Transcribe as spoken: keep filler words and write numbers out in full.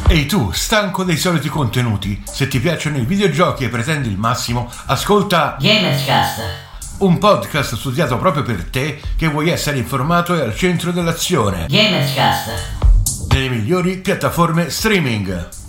Ehi tu, stanco dei soliti contenuti? Se ti piacciono i videogiochi e pretendi il massimo, ascolta Gamerscast, un podcast studiato proprio per te che vuoi essere informato e al centro dell'azione. Gamerscast, Nelle migliori piattaforme streaming.